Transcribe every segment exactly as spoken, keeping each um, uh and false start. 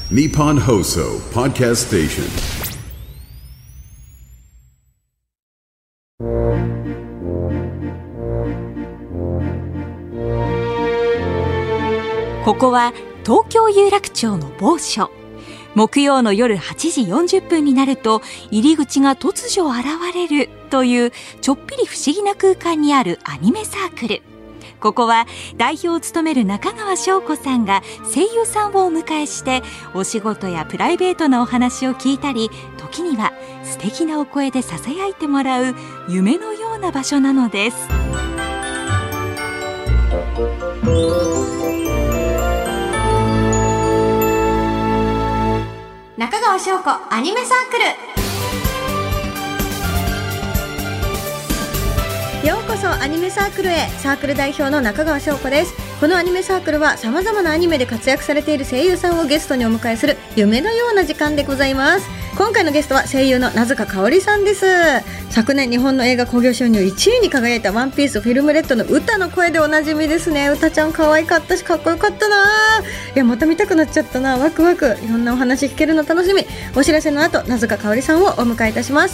Nippon Hoso Podcast Station。 ここは東京有楽町の某所。木曜の夜はちじよんじゅっぷんになると入り口が突如現れるというちょっぴり不思議な空間にあるアニメサークル。ここは代表を務める中川翔子さんが声優さんをお迎えしてお仕事やプライベートなお話を聞いたり、時には素敵なお声でささやいてもらう夢のような場所なのです。 中川翔子アニメサークル。ようこそアニメサークルへ。サークル代表の中川翔子です。このアニメサークルは様々なアニメで活躍されている声優さんをゲストにお迎えする夢のような時間でございます。今回のゲストは声優の名塚佳織さんです。昨年日本の映画興行収入いちいに輝いたワンピースフィルムレッドの歌の声でおなじみですね。歌ちゃん可愛かったしかっこよかったな。いやまた見たくなっちゃったな。ワクワク。いろんなお話聞けるの楽しみ。お知らせの後名塚佳織さんをお迎えいたします。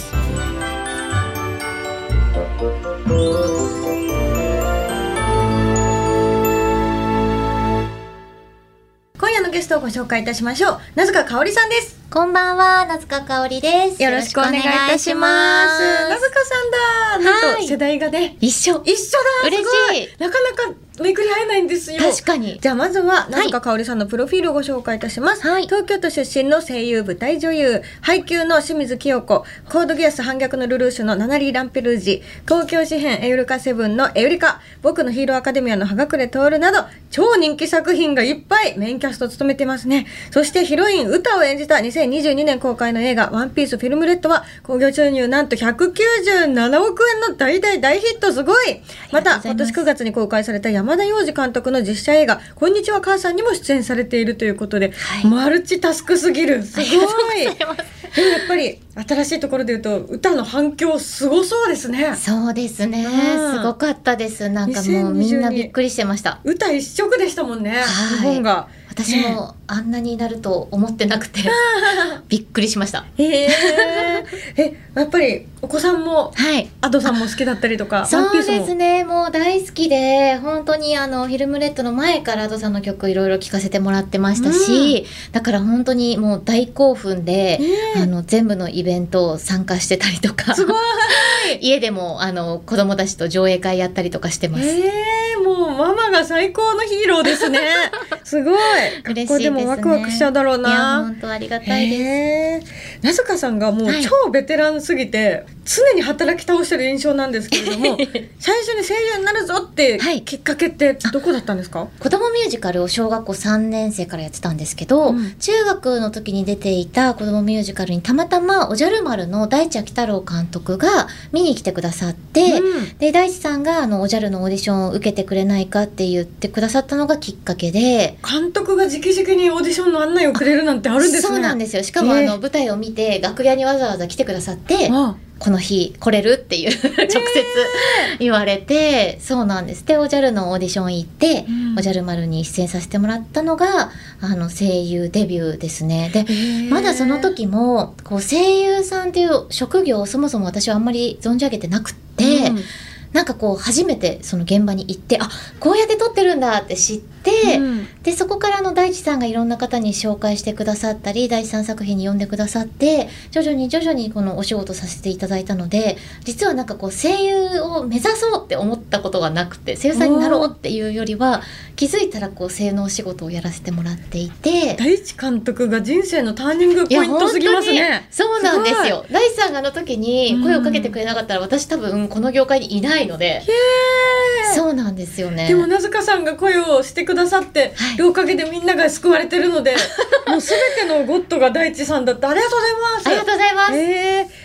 今夜のゲストをご紹介いたしましょう。名塚佳織さんです。 こんばんは、名塚佳織です。 よろしくお願いいたします。名塚さんだ。なんと世代がね、 一緒一緒だ。 嬉しい。 なかなかめくり合えないんですよ。 確かに。 じゃあまずは名塚佳織さんのプロフィールをご紹介いたします、はい、東京都出身の声優舞台女優、配給の清水清子、コードギアス反逆のルルーシュのナナリー・ランペルージ、東京事変エウレカセブンのエウリカ、僕のヒーローアカデミアの葉隠徹など超人気作品がいっぱい。メインキャストを務めてますね。そしてヒロイン歌を演じたにせんにじゅうにねん公開の映画ワンピースフィルムレッドは興行収入なんとひゃくきゅうじゅうななおくえんの大大大ヒット。すごい。また今年くがつに公開された山田洋次監督の実写映画こんにちは母さんにも出演されているということで、はい、マルチタスクすぎる。すごい。でもやっぱり新しいところで言うと歌の反響すごそうですね。 そうですね、すごかったです。なんかもうみんなびっくりしてました。 歌一色でしたもんね、はい、日本が。 私もあんなになると思ってなくてびっくりしました。 えー、えやっぱりお子さんも、はい、アドさんも好きだったりとか。 そうですね、もう大好きで本当にあのフィルムレッドの前からアドさんの曲いろいろ聴かせてもらってましたし、うん、だから本当にもう大興奮で、えー、あの全部のイベントを参加してたりとか。 すごい家でもあの子供たちと上映会やったりとかしてます。 えー、もうママが最高のヒーローですね。すごい。学校でもワクワクしちゃうだろうな。 いや本当ありがたいです。 名塚さんがもう超ベテランすぎて、はい、常に働き倒してる印象なんですけれども最初に声優になるぞってきっかけってどこだったんですか？はい、 子供ミュージカルを小学校さんねん生からやってたんですけど、うん、中学の時に出ていた子供ミュージカルにたまたまおじゃる丸の大地秋太郎監督が見に来てくださって、うん、で大地さんがあのおじゃるのオーディションを受けてくれないかって言ってくださったのがきっかけで。 監督が直々にオーディションの案内をくれるなんてあるんですね。 そうなんですよ。しかもあの舞台を見て楽屋にわざわざ来てくださって、ああこの日来れるっていう直接言われて、そうなんです。でおじゃるのオーディション行って、うん、おじゃる丸に出演させてもらったのがあの声優デビューですね。でまだその時もこう声優さんっていう職業をそもそも私はあんまり存じ上げてなくって、うん、なんかこう初めてその現場に行って、あこうやって撮ってるんだって知って、うん、でそこからの大地さんがいろんな方に紹介してくださったり大地さん作品に呼んでくださって徐々に徐々にこのお仕事させていただいたので、実はなんかこう声優を目指そうって思ったことがなくて、声優さんになろうっていうよりは気づいたらこう声優のお仕事をやらせてもらっていて、 大地監督が人生のターニングポイントすぎますね。 そうなんですよ。大地さんがあの時に声をかけてくれなかったら、うん、私多分この業界にいないので。そうなんですよね。 でも名塚さんが声をしてくださって、はい、おかげでみんなが救われてるのでもう全てのゴッドが大地さんだって。ありがとうございます。 ありがとうございます。 えー、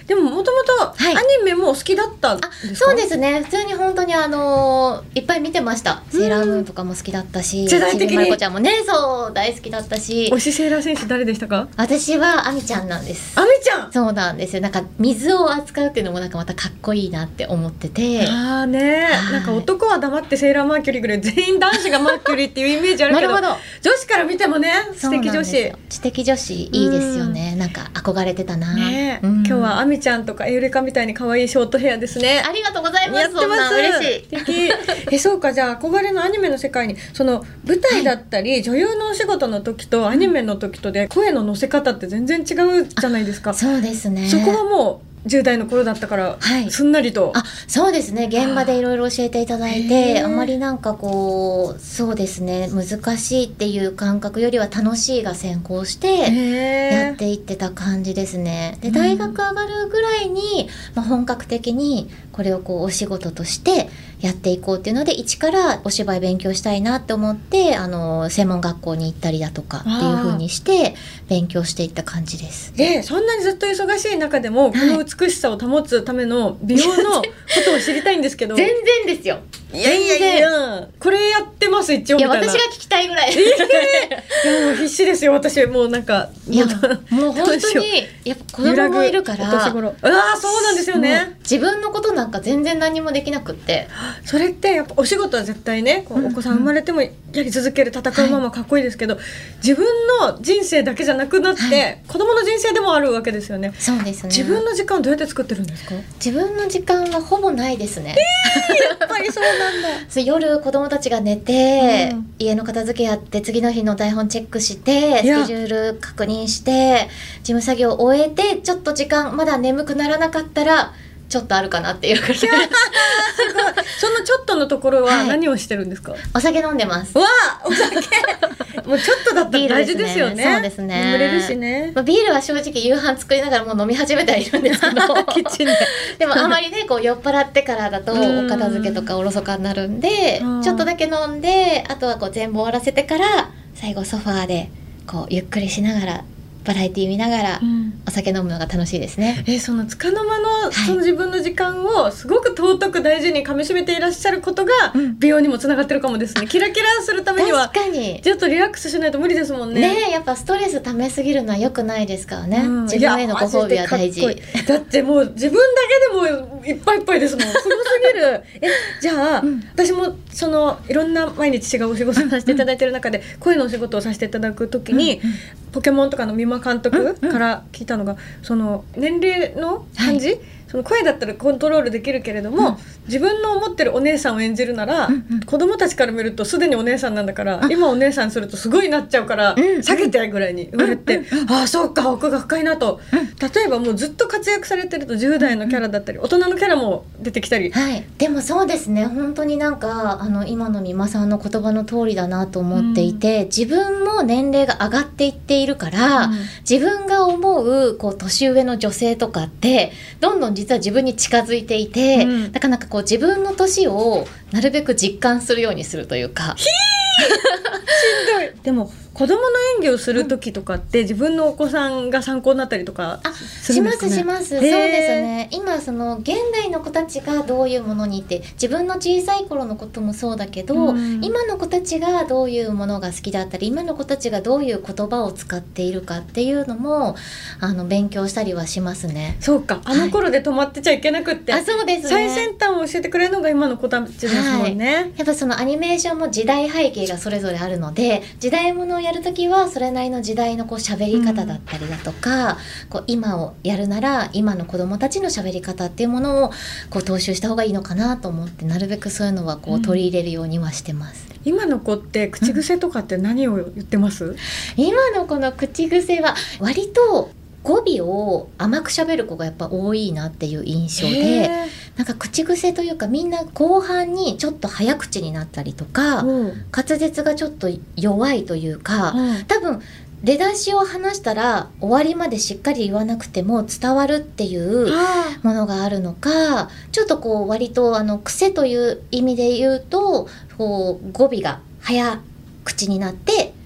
でももともとアニメも好きだったんですか？ あ、そうですね。普通に本当にあのー、いっぱい見てました。セーラームーンとかも好きだったし、 世代的にちびまる子ちゃんもね、そう大好きだったし。 推しセーラー戦士誰でしたか？ 私はアミちゃんなんです。 アミちゃん。 そうなんですよ。なんか水を扱うっていうのもなんかまたかっこいいなって思ってて。 ああね、なんか男は黙ってセーラーマーキュリーぐらい全員男子がマーキュリーっていうイメージあるけど、 なるほど。 女子から見てもね、知的女子。 知的女子いいですよね。なんか憧れてたな。 ね、うん、今日はアミちゃんとかエウレカみたいに可愛いショートヘアですね。 ありがとうございます。 やってます。 嬉しい。 素敵。え、そうか、じゃあ憧れのアニメの世界にその舞台だったり、はい、女優のお仕事の時とアニメの時とで声の乗せ方って全然違うじゃないですか。 そうですね。 そこはもうじゅう代の頃だったから、はい、すんなりと。 あ、そうですね。現場でいろいろ教えていただいて、あまりなんかこうそうですね、難しいっていう感覚よりは楽しいが先行してやっていってた感じですね。で、大学上がるぐらいに、まあ、本格的にこれをこうお仕事としてやっていこうっていうので、一からお芝居勉強したいなって思って、あの専門学校に行ったりだとかっていう風にして勉強していった感じです。 で、そんなにずっと忙しい中でも、はい、この美しさを保つための美容のことを知りたいんですけど。 全然ですよ。 いやいやいや、これやってます一応みたいな。 いや、私が聞きたいぐらい。 えー、いやもう必死ですよ私。もうなんかいやもう本当にやっぱ子供もいるから。 ああ、そうなんですよね。 自分のことなんか全然何もできなくって。 それってやっぱお仕事は絶対ね、こうお子さん生まれてもやり続ける戦うママかっこいいですけど、はい、自分の人生だけじゃなくなって、はい、子供の人生でもあるわけですよね。 そうですね。 自分の時間どうやって作ってるんですか？ 自分の時間はほぼないですね。 えー、やっぱりそうなんだ。 そう、夜子供たちが寝て、うん、家の片付けやって次の日の台本チェックしてスケジュール確認して事務作業を終えて、ちょっと時間まだ眠くならなかったらちょっとあるかなっていうくらい。すごい。 そのちょっとのところは何をしてるんですか？はい、 お酒飲んでます。 わあ、お酒もうちょっとだったら大事ですよね。 そうですね。 眠れるしね。 まあ、ビールは正直夕飯作りながらもう飲み始めてはいるんですけどキッチンででもあまりね、こう酔っ払ってからだとお片付けとかおろそかになるんで、ちょっとだけ飲んで、あとはこう全部終わらせてから最後ソファーでこうゆっくりしながらバラエティ見ながらお酒飲むのが楽しいですね。 うん、えー、その束の間のその自分の時間をすごく尊く大事にかみしめていらっしゃることが美容にもつながってるかもですね。うん、キラキラするためには確かにちょっとリラックスしないと無理ですもんね。 ねえ、やっぱストレス溜めすぎるのは良くないですからね。うん、自分へのご褒美は大事。 だってもう自分だけでもいっぱいいっぱいですもん。すごすぎる。え、じゃあ、うん、私もそのいろんな毎日違うお仕事をさせていただいている中で、うん、声のお仕事をさせていただくときに、うんうん、ポケモンとかの美馬監督から聞いたのが、うんうん、その年齢の感じ、はい、その声だったらコントロールできるけれども、うん、自分の思ってるお姉さんを演じるなら、うんうん、子供たちから見るとすでにお姉さんなんだから、今お姉さんするとすごいなっちゃうから、うん、避けてぐらいに言われて、うんうん、ああそうか、奥が深いなと、うん、例えばもうずっと活躍されてるとじゅう代のキャラだったり、うん、大人のキャラも出てきたり、 はい、でもそうですね、本当になんかあの今の美馬さんの言葉の通りだなと思っていて、うん、自分も年齢が上がっていっているから、うん、自分が思うこう年上の女性とかってどんどん実は自分に近づいていて、うん、なかなかこう自分の年をなるべく実感するようにするというか。 ひーしんどい。でも子供の演技をする時とかって、うん、自分のお子さんが参考になったりとかするんですかね？ しますします。そうですね。今その現代の子たちがどういうものにって、自分の小さい頃のこともそうだけど、うん、今の子たちがどういうものが好きだったり、今の子たちがどういう言葉を使っているかっていうのもあの勉強したりはしますね。 そうか、あの頃で止まってちゃいけなくって、 はい、あ、そうですね、 最先端を教えてくれるのが今の子たちですもんね。はい、 やっぱそのアニメーションも時代背景がそれぞれあるので、時代物をやるときはそれなりの時代のこう喋り方だったりだとか、うん、こう今をやるなら今の子どもたちの喋り方っていうものをこう踏襲した方がいいのかなと思って、なるべくそういうのはこう取り入れるようにはしてます。 うん、今の子って口癖とかって何を言ってます？うん、 今の子の口癖は割と語尾を甘く喋る子がやっぱ多いなっていう印象で、なんか口癖というかみんな後半にちょっと早口になったりとか、うん、滑舌がちょっと弱いというか、うん、多分出だしを話したら終わりまでしっかり言わなくても伝わるっていうものがあるのか、ちょっとこう割とあの癖という意味で言うとこう語尾が早口になって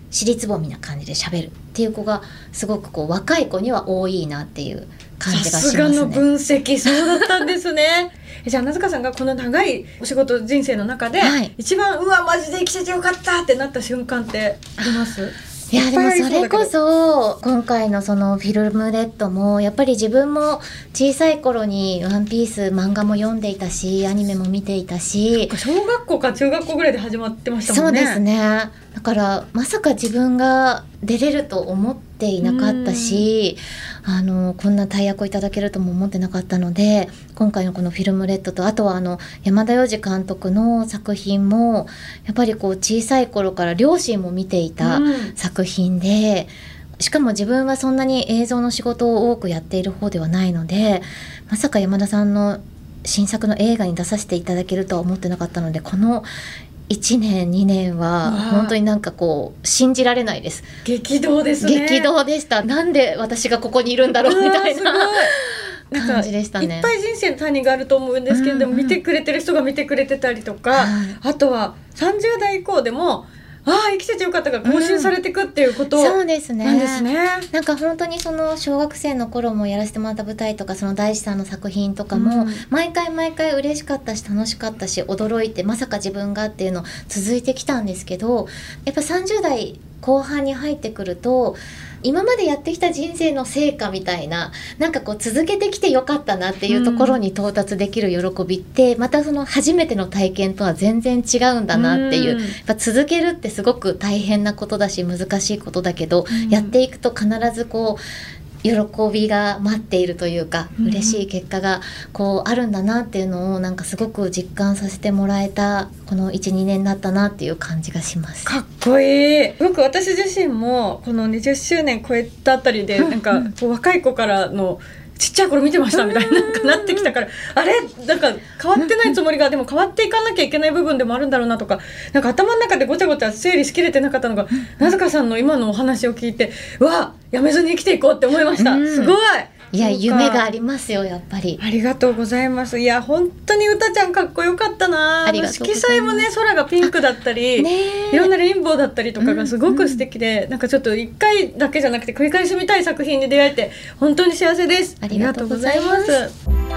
尻つぼみな感じで喋るっていう子がすごくこう若い子には多いなっていう感じがしますね。 さすがの分析、そうだったんですねじゃあ名塚さんがこの長いお仕事人生の中で、はい、一番うわマジで生きててよかったってなった瞬間ってあります？ いやでもそれこそ今回のそのフィルムレッドもやっぱり自分も小さい頃にワンピース漫画も読んでいたしアニメも見ていたし、 小学校か中学校ぐらいで始まってましたもんね。 そうですね。だからまさか自分が出れると思っていなかったし、あのこんな大役をいただけるとも思ってなかったので、今回のこのフィルムレッドとあとはあの山田洋次監督の作品もやっぱりこう小さい頃から両親も見ていた作品で、しかも自分はそんなに映像の仕事を多くやっている方ではないので、まさか山田さんの新作の映画に出させていただけるとは思ってなかったので、このいちねんにねんは本当になんかこう信じられないです。 激動ですね。 激動でした。なんで私がここにいるんだろうみたいな感じでしたね。 いっぱい人生のターニングがあると思うんですけれども、うんうん、見てくれてる人が見てくれてたりとか、はい、あとはさんじゅう代以降でもああ生きててよかったが更新されていくっていうことなんですね。 うん、そうですね。なんか本当にその小学生の頃もやらせてもらった舞台とかその大地さんの作品とかも、うん、毎回毎回嬉しかったし楽しかったし驚いてまさか自分がっていうの続いてきたんですけど、やっぱさんじゅう代後半に入ってくると今までやってきた人生の成果みたいな、なんかこう続けてきてよかったなっていうところに到達できる喜びって、うん、またその初めての体験とは全然違うんだなっていう、うん、やっぱ続けるってすごく大変なことだし難しいことだけど、うん、やっていくと必ずこう喜びが待っているというか、うん、嬉しい結果がこうあるんだなっていうのをなんかすごく実感させてもらえたこの いちにねんだったなっていう感じがします。 かっこいい。僕私自身もこのにじゅっしゅうねん超えたあたりで、うん、なんかこう若い子からのちっちゃい頃見てましたみたいな、なんかなってきたから、あれなんか変わってないつもりがでも変わっていかなきゃいけない部分でもあるんだろうなとか、なんか頭の中でごちゃごちゃ整理しきれてなかったのが、名塚さんの今のお話を聞いて、うわやめずに生きていこうって思いました。すごい。 いや夢がありますよやっぱり。 ありがとうございます。いや本当に歌ちゃんかっこよかったな。ありがとうございます。色彩もね空がピンクだったり、いろんなレインボーだったりとかがすごく素敵で、うんうん、なんかちょっといっかいだけじゃなくて繰り返し見たい作品に出会えて本当に幸せです。 ありがとうございます。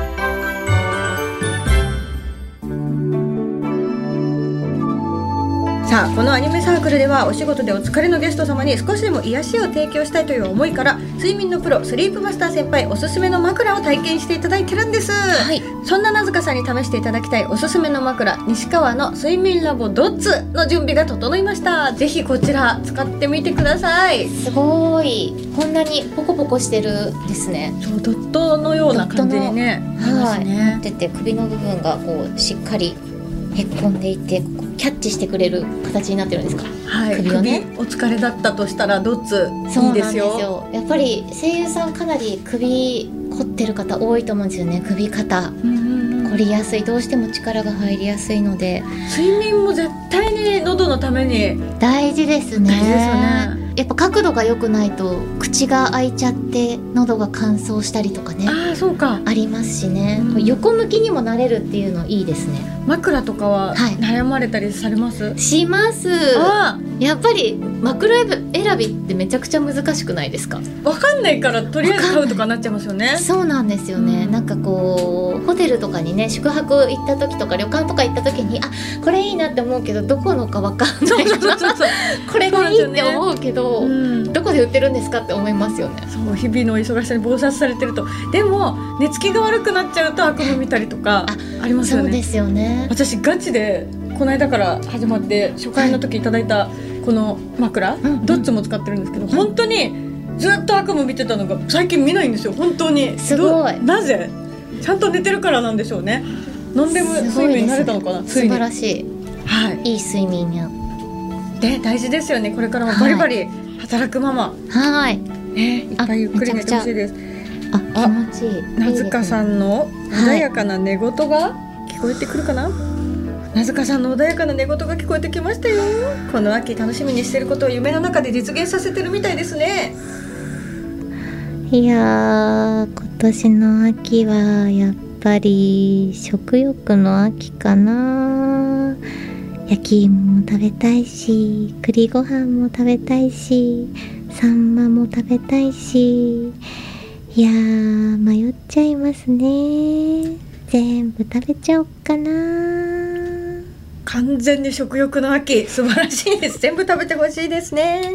さあこのアニメサークルではお仕事でお疲れのゲスト様に少しでも癒しを提供したいという思いから睡眠のプロスリープマスター先輩おすすめの枕を体験していただいてるんです、はい、そんな名塚さんに試していただきたいおすすめの枕西川の睡眠ラボドッツの準備が整いました。ぜひこちら使ってみてください。 すごいこんなにポコポコしてるですね。 そうドットのような感じにねはい、なってて首の部分がこうしっかりへっこんでいてキャッチしてくれる形になってるんですか。 はい、首をね首お疲れだったとしたらドッツいいですよ。 そうなんですよ。やっぱり声優さんかなり首凝ってる方多いと思うんですよね。首肩凝りやすい、どうしても力が入りやすいので睡眠も絶対に喉のために大事ですね。 大事ですよね。 やっぱ角度が良くないと口が開いちゃって喉が乾燥したりとかね。 あーそうかありますしね、うん、横向きにもなれるっていうのいいですね。 枕とかは悩まれたりされます？はい、 します。あやっぱり枕選びってめちゃくちゃ難しくないですか？ 分かんないからとりあえず買うとかなっちゃいますよね。 そうなんですよね、うん、なんかこうホテルとかにね宿泊行った時とか旅館とか行った時にあこれいいなって思うけどどこのか分かんないこれがいいって思うけどうん、どこで売ってるんですかって思いますよね。 そう日々の忙しさに忙殺されてると。でも寝つきが悪くなっちゃうと悪夢見たりとかありますよね。 そうですよね。 私ガチでこの間から始まって初回の時いただいたこの枕、はい、ドッツも使ってるんですけど、うん、本当にずっと悪夢見てたのが最近見ないんですよ。本当にすごい。 なぜ？ちゃんと寝てるからなんでしょうね。何でも睡眠に慣れたのかな。 素晴らしい、 はい、 いい睡眠やで大事ですよね。これからもバリバリ働くママ、 はい、 ね、いっぱいゆっくり寝てほしいです。 あ、気持ちいい。 名塚さんの穏やかな寝言が聞こえてくるかな、はい、名塚さんの穏やかな寝言が聞こえてきましたよ。この秋楽しみにしていることを夢の中で実現させてるみたいですね。 いやー今年の秋はやっぱり食欲の秋かな。い焼き芋も食べたいし、栗ご飯も食べたいし、サンマも食べたいし、いやー迷っちゃいますね。全部食べちゃおっかな。 完全に食欲の秋、素晴らしいです。全部食べてほしいですね。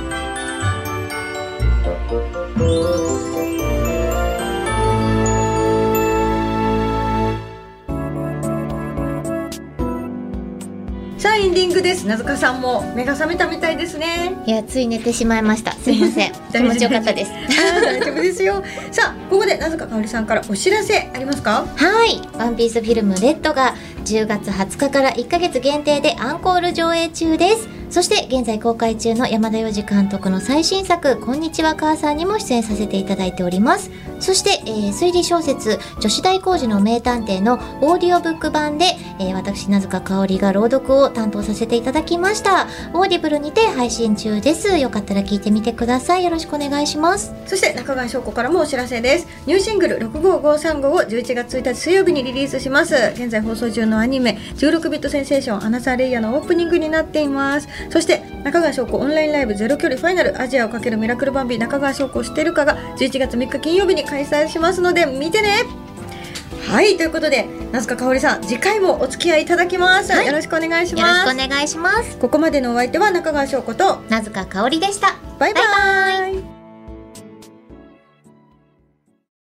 さあエンディングです。なずかさんも目が覚めたみたいですね。 いやつい寝てしまいました。すいません気持ちよかったです。 大丈夫ですよ。さあここでなずかかおりさんからお知らせありますか？ はい、ワンピースフィルムレッドがじゅうがつはつかからいっかげつ限定でアンコール上映中です。そして現在公開中の山田洋次監督の最新作こんにちは母さんにも出演させていただいております。そして、えー、推理小説女子大工事の名探偵のオーディオブック版で、えー、私名塚かおりが朗読を担当させていただきました。オーディブルにて配信中です。よかったら聞いてみてください。よろしくお願いします。 そして中川翔子からもお知らせです。ニューシングルろくごーごーさんごをじゅういちがつついたち水曜日にリリースします。現在放送中のアニメじゅうろくビットセンセーションアナザーレイヤーのオープニングになっています。そして中川翔子オンラインライブゼロ距離ファイナルアジアをかけるミラクルバンビ中川翔子を知ってるかがじゅういちがつみっか金曜日に開催しますので見てね。はいということで名塚かおりさん次回もお付き合いいただきます、はい、よろしくお願いします。 よろしくお願いします。 ここまでのお相手は中川翔子と名塚かおりでした。 バイバイ。バイバイ。